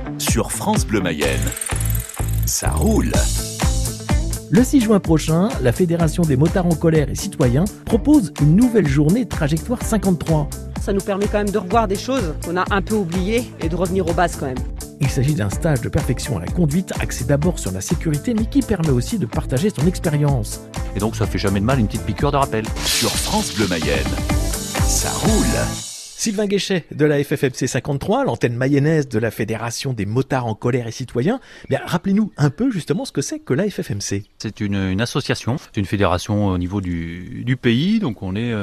sur France Bleu Mayenne. Ça roule. Le 6 juin prochain, la Fédération des motards en colère et citoyens propose une nouvelle journée Trajectoire 53. Ça nous permet quand même de revoir des choses qu'on a un peu oubliées et de revenir aux bases quand même. Il s'agit d'un stage de perfection à la conduite axé d'abord sur la sécurité mais qui permet aussi de partager son expérience. Et donc ça fait jamais de mal une petite piqûre de rappel. Sur France Bleu Mayenne, ça roule. Sylvain Guéchet de la FFMC 53, l'antenne mayonnaise de la Fédération des motards en colère et citoyens. Bien, rappelez-nous un peu justement ce que c'est que la FFMC. C'est une association, c'est une fédération au niveau du pays, donc on est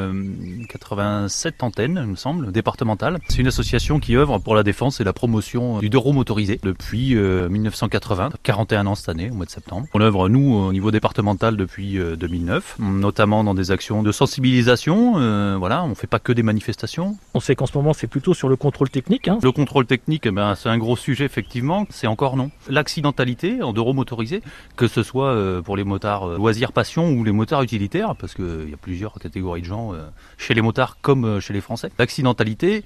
87 antennes, il me semble, départementales. C'est une association qui œuvre pour la défense et la promotion du deux roues motorisé depuis 1980, 41 ans cette année, au mois de septembre. On œuvre, nous, au niveau départemental depuis 2009, notamment dans des actions de sensibilisation, voilà, on fait pas que des manifestations. On sait qu'en ce moment, c'est plutôt sur le contrôle technique. Le contrôle technique, c'est un gros sujet, effectivement. C'est encore non. L'accidentalité en deux roues motorisés, que ce soit pour les motards loisirs passion ou les motards utilitaires, parce qu'il y a plusieurs catégories de gens chez les motards comme chez les Français. L'accidentalité,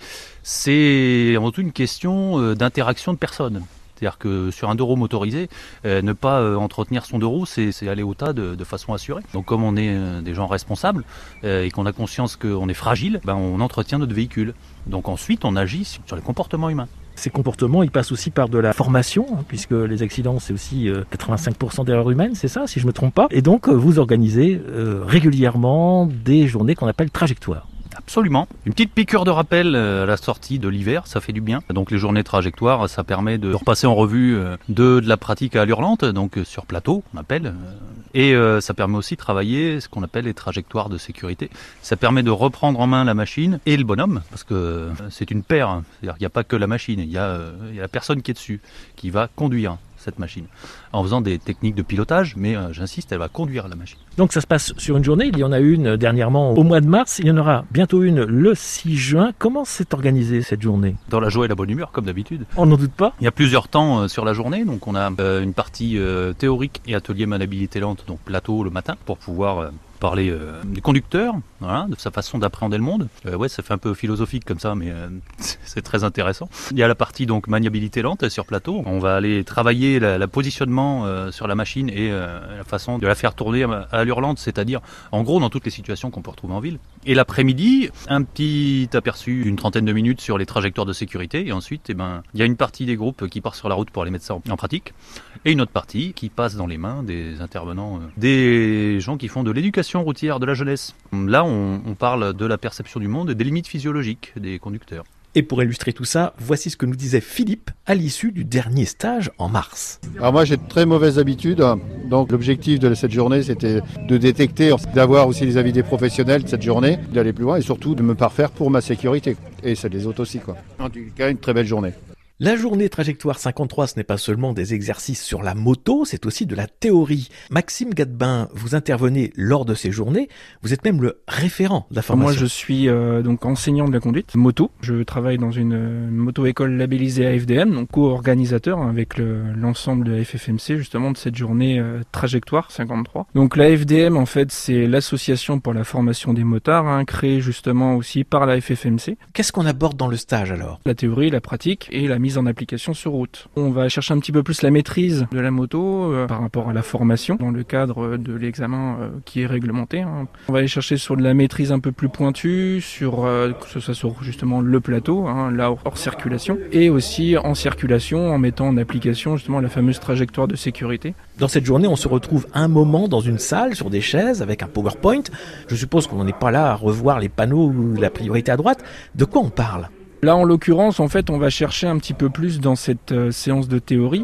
c'est avant tout une question d'interaction de personnes. C'est-à-dire que sur un deux roues motorisé, ne pas entretenir son deux roues, c'est aller au tas de façon assurée. Donc comme on est des gens responsables et qu'on a conscience qu'on est fragile, on entretient notre véhicule. Donc ensuite, on agit sur les comportements humains. Ces comportements, ils passent aussi par de la formation, puisque les accidents, c'est aussi 85% d'erreurs humaines, c'est ça, si je ne me trompe pas. Et donc, vous organisez régulièrement des journées qu'on appelle trajectoires. Absolument. Une petite piqûre de rappel à la sortie de l'hiver, ça fait du bien. Donc les journées trajectoires, ça permet de repasser en revue de la pratique à allure lente, donc sur plateau, on appelle. Et ça permet aussi de travailler ce qu'on appelle les trajectoires de sécurité. Ça permet de reprendre en main la machine et le bonhomme, parce que c'est une paire. C'est-à-dire qu'il n'y a pas que la machine, il y a la personne qui est dessus, qui va conduire cette machine, en faisant des techniques de pilotage, mais j'insiste, elle va conduire la machine. Donc ça se passe sur une journée, il y en a une dernièrement au mois de mars, il y en aura bientôt une le 6 juin. Comment s'est organisée cette journée ? Dans la joie et la bonne humeur, comme d'habitude. On n'en doute pas. Il y a plusieurs temps sur la journée, donc on a une partie théorique et atelier maniabilité lente, donc plateau le matin, pour pouvoir parler du conducteur, voilà, de sa façon d'appréhender le monde. Ouais, ça fait un peu philosophique comme ça, mais c'est très intéressant. Il y a la partie donc maniabilité lente sur plateau. On va aller travailler le positionnement sur la machine et la façon de la faire tourner à allure lente, c'est-à-dire en gros dans toutes les situations qu'on peut retrouver en ville. Et l'après-midi, un petit aperçu d'une trentaine de minutes sur les trajectoires de sécurité. Et ensuite, il y a une partie des groupes qui part sur la route pour aller mettre ça en pratique, et une autre partie qui passe dans les mains des intervenants, des gens qui font de l'éducation routière de la jeunesse. Là, on parle de la perception du monde et des limites physiologiques des conducteurs. Et pour illustrer tout ça, voici ce que nous disait Philippe à l'issue du dernier stage en mars. Alors moi j'ai de très mauvaises habitudes, donc l'objectif de cette journée c'était de détecter, d'avoir aussi les avis des professionnels de cette journée, d'aller plus loin et surtout de me parfaire pour ma sécurité et celle des autres aussi, quoi. En tout cas, une très belle journée. La journée Trajectoire 53, ce n'est pas seulement des exercices sur la moto, c'est aussi de la théorie. Maxime Gadebin, vous intervenez lors de ces journées, vous êtes même le référent de la formation. Moi je suis donc enseignant de la conduite moto, je travaille dans une moto-école labellisée AFDM, donc co-organisateur avec l'ensemble de la FFMC justement de cette journée Trajectoire 53. Donc la FDM en fait c'est l'association pour la formation des motards, créée justement aussi par la FFMC. Qu'est-ce qu'on aborde dans le stage alors ? La théorie, la pratique et la mise en application sur route. On va chercher un petit peu plus la maîtrise de la moto par rapport à la formation dans le cadre de l'examen qui est réglementé. On va aller chercher sur de la maîtrise un peu plus pointue, sur que ce soit sur justement le plateau, là hors circulation, et aussi en circulation en mettant en application justement la fameuse trajectoire de sécurité. Dans cette journée, on se retrouve un moment dans une salle sur des chaises avec un PowerPoint. Je suppose qu'on n'est pas là à revoir les panneaux ou la priorité à droite. De quoi on parle ? Là, en l'occurrence, en fait, on va chercher un petit peu plus dans cette séance de théorie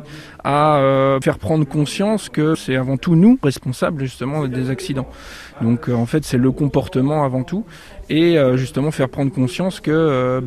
à faire prendre conscience que c'est avant tout nous responsables justement des accidents. Donc, en fait, c'est le comportement avant tout et justement faire prendre conscience que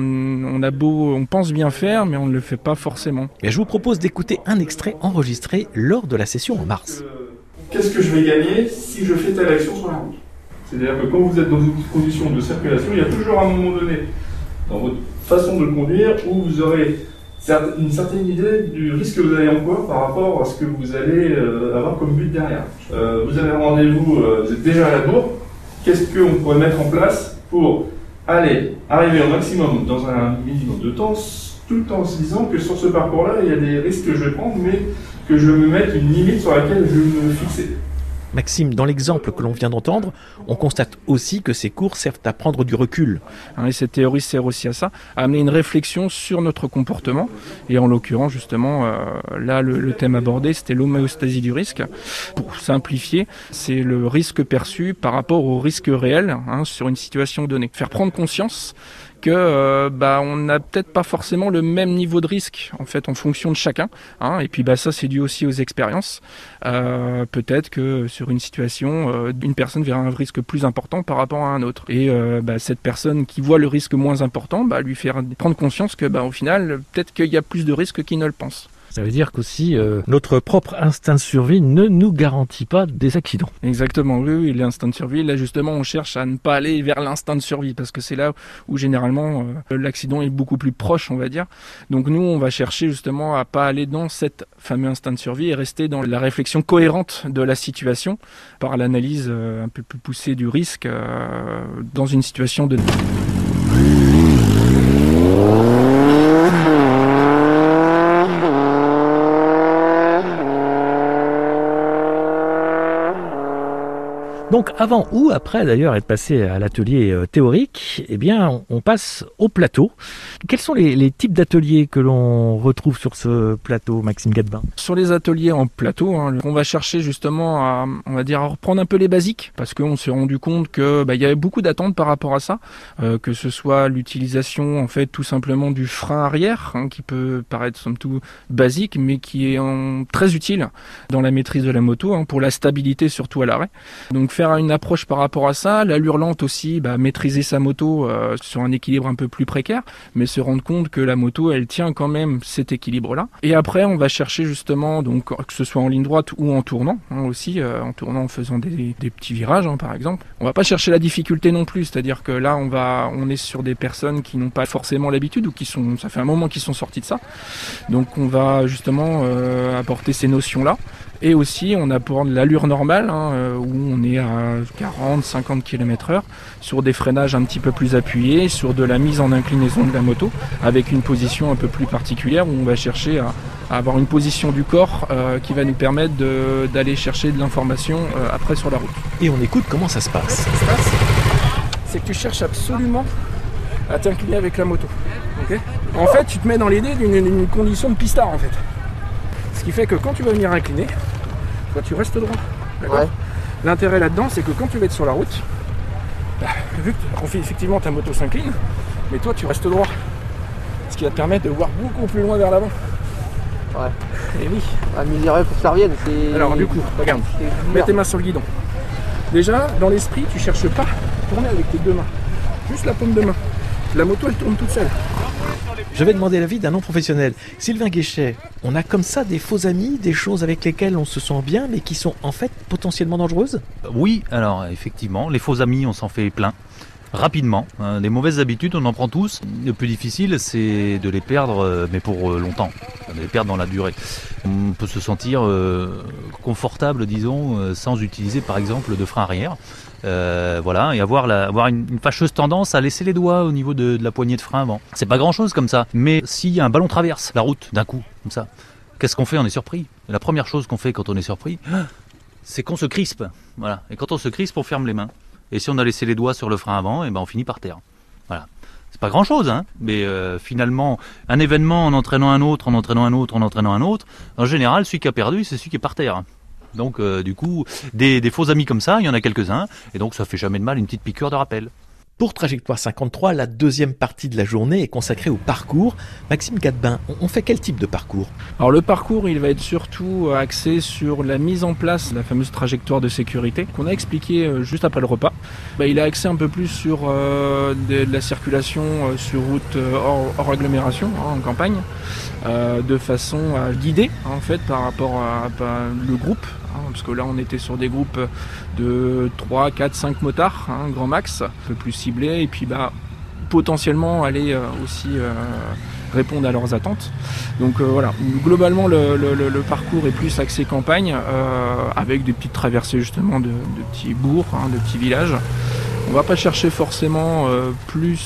on pense bien faire, mais on ne le fait pas forcément. Et je vous propose d'écouter un extrait enregistré lors de la session en mars. Qu'est-ce que je vais gagner si je fais telle action sur la route ? C'est-à-dire que quand vous êtes dans une condition de circulation, il y a toujours un moment donné dans votre façon de conduire où vous aurez une certaine idée du risque que vous allez encourir par rapport à ce que vous allez avoir comme but derrière. Vous avez rendez-vous, vous êtes déjà à la bourre. Qu'est-ce qu'on pourrait mettre en place pour arriver au maximum dans un minimum de temps, tout en se disant que sur ce parcours-là, il y a des risques que je vais prendre, mais que je me mette une limite sur laquelle je vais me fixer. Maxime, dans l'exemple que l'on vient d'entendre, on constate aussi que ces cours servent à prendre du recul. Et cette théorie sert aussi à ça, à amener une réflexion sur notre comportement. Et en l'occurrence, justement, là, le thème abordé, c'était l'homéostasie du risque. Pour simplifier, c'est le risque perçu par rapport au risque réel sur une situation donnée. Faire prendre conscience que on n'a peut-être pas forcément le même niveau de risque en fait en fonction de chacun, et puis ça c'est dû aussi aux expériences. Peut-être que sur une situation une personne verra un risque plus important par rapport à un autre, et cette personne qui voit le risque moins important lui faire prendre conscience que au final peut-être qu'il y a plus de risques qu'il ne le pense. Ça veut dire qu'aussi notre propre instinct de survie ne nous garantit pas des accidents. Exactement, oui, l'instinct de survie, là justement on cherche à ne pas aller vers l'instinct de survie parce que c'est là où généralement l'accident est beaucoup plus proche, on va dire. Donc nous on va chercher justement à pas aller dans cet fameux instinct de survie et rester dans la réflexion cohérente de la situation par l'analyse un peu plus poussée du risque dans une situation de... Donc avant ou après d'ailleurs être passé à l'atelier théorique, on passe au plateau. Quels sont les types d'ateliers que l'on retrouve sur ce plateau, Maxime Gadbin ? Sur les ateliers en plateau, on va chercher justement à reprendre un peu les basiques, parce qu'on s'est rendu compte que y avait beaucoup d'attentes par rapport à ça, que ce soit l'utilisation en fait tout simplement du frein arrière, qui peut paraître somme toute basique, mais qui est très utile dans la maîtrise de la moto, pour la stabilité surtout à l'arrêt. Donc faire une approche par rapport à ça, l'allure lente aussi, maîtriser sa moto sur un équilibre un peu plus précaire, mais se rendre compte que la moto elle tient quand même cet équilibre-là. Et après on va chercher justement, donc que ce soit en ligne droite ou en tournant, aussi, en tournant en faisant des petits virages par exemple. On va pas chercher la difficulté non plus, c'est-à-dire que là on est sur des personnes qui n'ont pas forcément l'habitude ou ça fait un moment qu'ils sont sortis de ça. Donc on va justement apporter ces notions-là. Et aussi, on apporte l'allure normale, où on est à 40-50 km/h, sur des freinages un petit peu plus appuyés, sur de la mise en inclinaison de la moto, avec une position un peu plus particulière, où on va chercher à avoir une position du corps qui va nous permettre d'aller chercher de l'information après sur la route. Et on écoute comment ça se passe. Ce qui se passe, c'est que tu cherches absolument à t'incliner avec la moto. Okay ? En fait, tu te mets dans l'idée d'une condition de pistard, en fait. Ce qui fait que quand tu vas venir incliner, toi tu restes droit. D'accord ? Ouais. L'intérêt là-dedans, c'est que quand tu vas être sur la route, vu que effectivement ta moto s'incline, mais toi tu restes droit. Ce qui va te permettre de voir beaucoup plus loin vers l'avant. Ouais. Et oui. Misérable pour que ça revienne. Alors du coup, regarde, mets tes mains sur le guidon. Déjà, dans l'esprit, tu cherches pas à tourner avec tes deux mains. Juste la paume de main. La moto elle tourne toute seule. Je vais demander l'avis d'un non-professionnel. Sylvain Guéchet, on a comme ça des faux amis, des choses avec lesquelles on se sent bien, mais qui sont en fait potentiellement dangereuses ? Oui, alors effectivement, les faux amis, on s'en fait plein. Rapidement, les mauvaises habitudes, on en prend tous. Le plus difficile, c'est de les perdre, mais pour longtemps, de les perdre dans la durée. On peut se sentir confortable, disons, sans utiliser par exemple de frein arrière. Et avoir une fâcheuse tendance à laisser les doigts au niveau de la poignée de frein avant. C'est pas grand chose comme ça, mais s'il y a un ballon traverse la route d'un coup, comme ça, qu'est-ce qu'on fait ? On est surpris. La première chose qu'on fait quand on est surpris, c'est qu'on se crispe. Voilà. Et quand on se crispe, on ferme les mains. Et si on a laissé les doigts sur le frein avant, on finit par terre. Voilà. C'est pas grand chose, mais finalement, un événement en entraînant un autre, en général, celui qui a perdu, c'est celui qui est par terre. Donc du coup, des faux amis comme ça, il y en a quelques-uns, et donc ça fait jamais de mal une petite piqûre de rappel. Pour Trajectoire 53, la deuxième partie de la journée est consacrée au parcours. Maxime Gadbin, on fait quel type de parcours ? Alors le parcours, il va être surtout axé sur la mise en place de la fameuse trajectoire de sécurité qu'on a expliqué juste après le repas. Il est axé un peu plus sur de la circulation sur route hors agglomération, en campagne, de façon à guider en fait par rapport à le groupe. Parce que là on était sur des groupes de 3, 4, 5 motards, grand max, un peu plus ciblés, et puis potentiellement aller aussi répondre à leurs attentes. Donc voilà, globalement le parcours est plus axé campagne, avec des petites traversées justement de petits bourgs, de petits villages. On va pas chercher forcément plus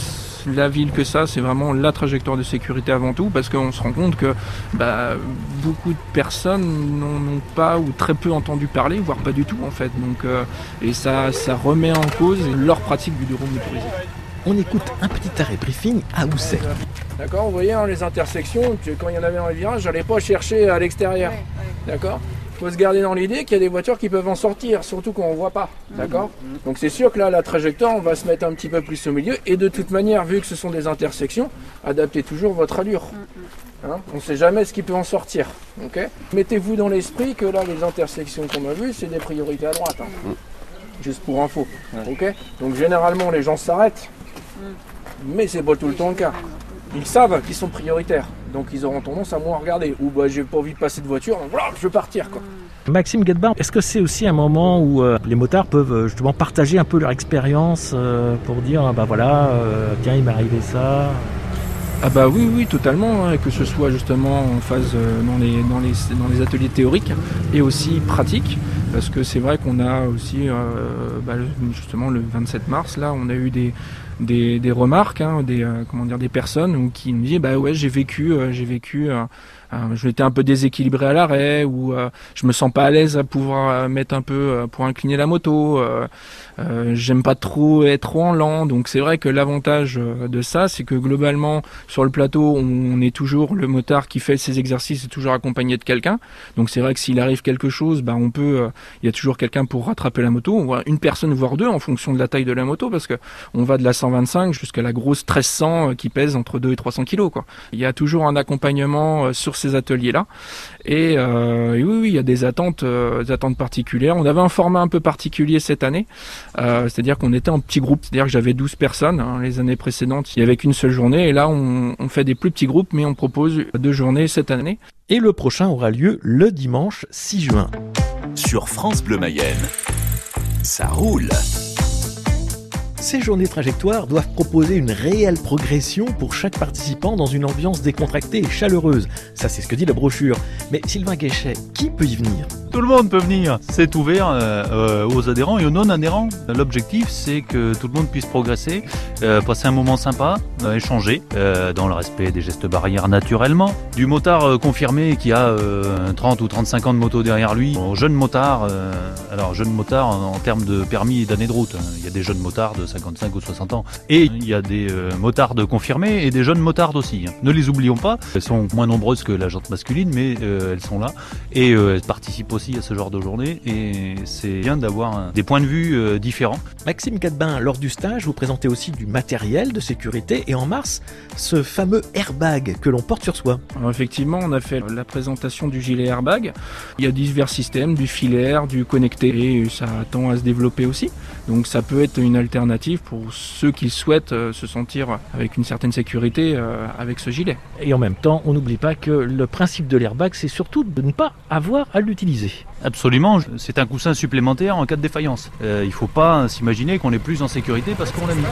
la ville que ça, c'est vraiment la trajectoire de sécurité avant tout, parce qu'on se rend compte que beaucoup de personnes n'ont pas ou très peu entendu parler, voire pas du tout en fait. Donc, et ça remet en cause leur pratique du drone motorisé. On écoute un petit arrêt briefing à Housset. D'accord, vous voyez, les intersections, quand il y en avait dans les virages, j'allais pas chercher à l'extérieur. D'accord ? Il faut se garder dans l'idée qu'il y a des voitures qui peuvent en sortir, surtout qu'on ne voit pas. D'accord ? Donc c'est sûr que là, la trajectoire, on va se mettre un petit peu plus au milieu. Et de toute manière, vu que ce sont des intersections, adaptez toujours votre allure. Hein ? On ne sait jamais ce qui peut en sortir. Okay ? Mettez-vous dans l'esprit que là, les intersections qu'on a vues, c'est des priorités à droite. Hein. Juste pour info. Okay ? Donc généralement, les gens s'arrêtent. Mais c'est pas tout le temps le cas. Ils savent qu'ils sont prioritaires. Donc ils auront tendance à moins regarder. Ou j'ai pas envie de passer de voiture, donc voilà, je veux partir quoi. Maxime Guetbar, est-ce que c'est aussi un moment où les motards peuvent justement partager un peu leur expérience pour dire tiens il m'est arrivé ça? Ah bah oui totalement, hein, que ce soit justement en phase dans les ateliers théoriques et aussi pratiques, parce que c'est vrai qu'on a aussi justement le 27 mars là, on a eu des remarques, hein, des personnes qui nous disent j'ai vécu je m'étais un peu déséquilibré à l'arrêt, ou je me sens pas à l'aise à pouvoir mettre un peu pour incliner la moto, j'aime pas trop être trop en lent. Donc c'est vrai que l'avantage de ça, c'est que globalement sur le plateau on est toujours, le motard qui fait ses exercices est toujours accompagné de quelqu'un. Donc c'est vrai que s'il arrive quelque chose, on peut, il y a toujours quelqu'un pour rattraper la moto, on voit une personne voire deux en fonction de la taille de la moto, parce que on va de la 125 jusqu'à la grosse 1300 qui pèse entre 2 et 300 kilos quoi. Il y a toujours un accompagnement sur ces ateliers-là. Et oui, il y a des attentes particulières. On avait un format un peu particulier cette année, c'est-à-dire qu'on était en petit groupe, c'est-à-dire que j'avais 12 personnes. Les années précédentes, il n'y avait qu'une seule journée, et là, on fait des plus petits groupes, mais on propose 2 journées cette année. Et le prochain aura lieu le dimanche 6 juin. Sur France Bleu Mayenne, ça roule. Ces journées trajectoires doivent proposer une réelle progression pour chaque participant dans une ambiance décontractée et chaleureuse. Ça, c'est ce que dit la brochure. Mais Sylvain Guéchet, qui peut y venir ? Tout le monde peut venir. C'est ouvert aux adhérents et aux non-adhérents. L'objectif, c'est que tout le monde puisse progresser, passer un moment sympa, échanger, dans le respect des gestes barrières naturellement. Du motard confirmé qui a 30 ou 35 ans de moto derrière lui, au jeune motard, jeune motard en termes de permis et d'années de route. Il y a des jeunes motards de 55 ou 60 ans. Et il y a des motards confirmés et des jeunes motards aussi. Ne les oublions pas. Elles sont moins nombreuses que la jante masculine, mais elles sont là. Et elles participent aussi à ce genre de journée, et c'est bien d'avoir des points de vue différents. Maxime Cadebin, lors du stage, vous présentez aussi du matériel de sécurité, et en mars, ce fameux airbag que l'on porte sur soi. Alors effectivement, on a fait la présentation du gilet airbag. Il y a divers systèmes, du filaire, du connecté, et ça tend à se développer aussi. Donc ça peut être une alternative pour ceux qui souhaitent se sentir avec une certaine sécurité avec ce gilet. Et en même temps, on n'oublie pas que le principe de l'airbag, c'est surtout de ne pas avoir à l'utiliser. Absolument, c'est un coussin supplémentaire en cas de défaillance. Il ne faut pas s'imaginer qu'on est plus en sécurité parce qu'on l'a mis.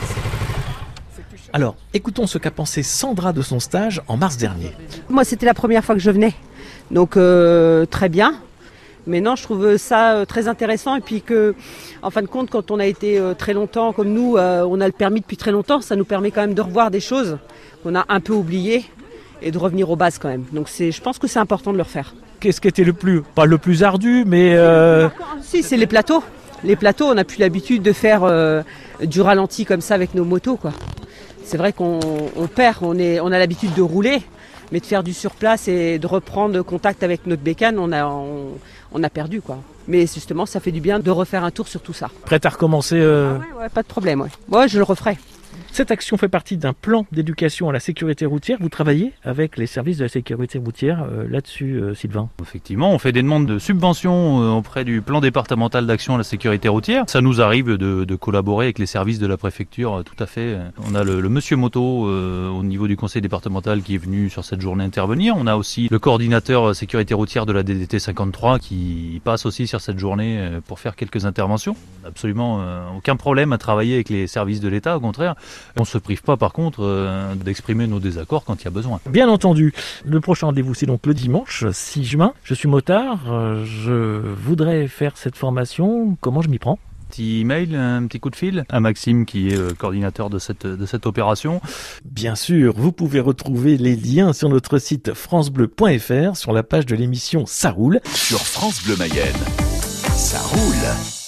Alors, écoutons ce qu'a pensé Sandra de son stage en mars dernier. Moi, c'était la première fois que je venais, donc très bien. Mais non, je trouve ça très intéressant, et puis que, en fin de compte, quand on a été très longtemps, comme nous, on a le permis depuis très longtemps, ça nous permet quand même de revoir des choses qu'on a un peu oubliées et de revenir aux bases quand même. Donc je pense que c'est important de le refaire. Qu'est-ce qui était pas le plus ardu, mais... Si, c'est les plateaux. Les plateaux, on n'a plus l'habitude de faire du ralenti comme ça avec nos motos, quoi. C'est vrai qu'on perd, on a l'habitude de rouler, mais de faire du surplace et de reprendre contact avec notre bécane, on a perdu, quoi. Mais justement, ça fait du bien de refaire un tour sur tout ça. Prête à recommencer ouais, pas de problème, ouais. Ouais, je le referai. Cette action fait partie d'un plan d'éducation à la sécurité routière. Vous travaillez avec les services de la sécurité routière là-dessus, Sylvain? Effectivement, on fait des demandes de subventions auprès du plan départemental d'action à la sécurité routière. Ça nous arrive de collaborer avec les services de la préfecture, tout à fait. On a le monsieur moto au niveau du conseil départemental qui est venu sur cette journée intervenir. On a aussi le coordinateur sécurité routière de la DDT 53 qui passe aussi sur cette journée pour faire quelques interventions. Absolument aucun problème à travailler avec les services de l'État, au contraire. On ne se prive pas par contre d'exprimer nos désaccords quand il y a besoin. Bien entendu, le prochain rendez-vous c'est donc le dimanche 6 juin. Je suis motard, je voudrais faire cette formation, comment je m'y prends ? petit email, un petit coup de fil à Maxime qui est coordinateur de cette opération. Bien sûr, vous pouvez retrouver les liens sur notre site francebleu.fr sur la page de l'émission Ça roule. Sur France Bleu Mayenne, ça roule.